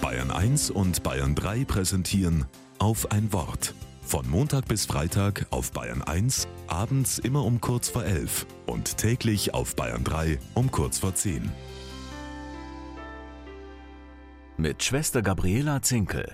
Bayern 1 und Bayern 3 präsentieren Auf ein Wort. Von Montag bis Freitag auf Bayern 1, abends immer um kurz vor 11 und täglich auf Bayern 3 um kurz vor 10. Mit Schwester Gabriela Zinkel.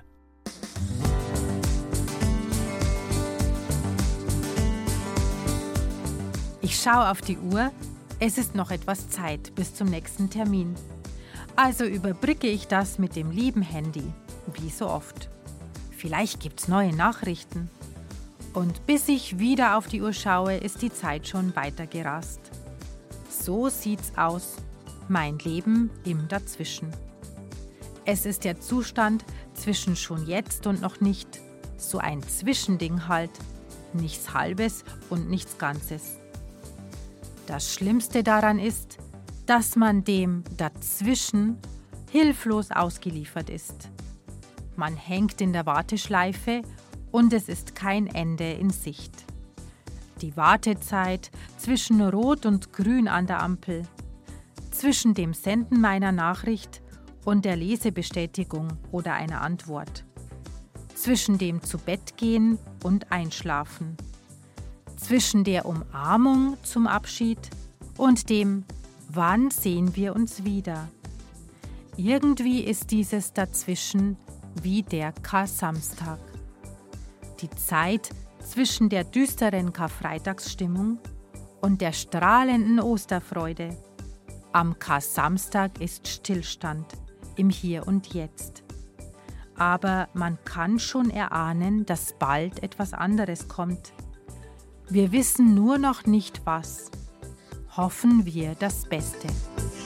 Ich schaue auf die Uhr, es ist noch etwas Zeit bis zum nächsten Termin. Also überbrücke ich das mit dem lieben Handy, wie so oft. Vielleicht gibt's neue Nachrichten. Und bis ich wieder auf die Uhr schaue, ist die Zeit schon weitergerast. So sieht's aus, mein Leben im Dazwischen. Es ist der Zustand zwischen schon jetzt und noch nicht, so ein Zwischending halt, nichts Halbes und nichts Ganzes. Das Schlimmste daran ist, dass man dem Dazwischen hilflos ausgeliefert ist. Man hängt in der Warteschleife und es ist kein Ende in Sicht. Die Wartezeit zwischen Rot und Grün an der Ampel, zwischen dem Senden meiner Nachricht und der Lesebestätigung oder einer Antwort, zwischen dem Zubettgehen und Einschlafen, zwischen der Umarmung zum Abschied und dem Wann sehen wir uns wieder? Irgendwie ist dieses Dazwischen wie der Kar-Samstag. Die Zeit zwischen der düsteren Karfreitagsstimmung und der strahlenden Osterfreude. Am Kar-Samstag ist Stillstand im Hier und Jetzt. Aber man kann schon erahnen, dass bald etwas anderes kommt. Wir wissen nur noch nicht was. Hoffen wir das Beste.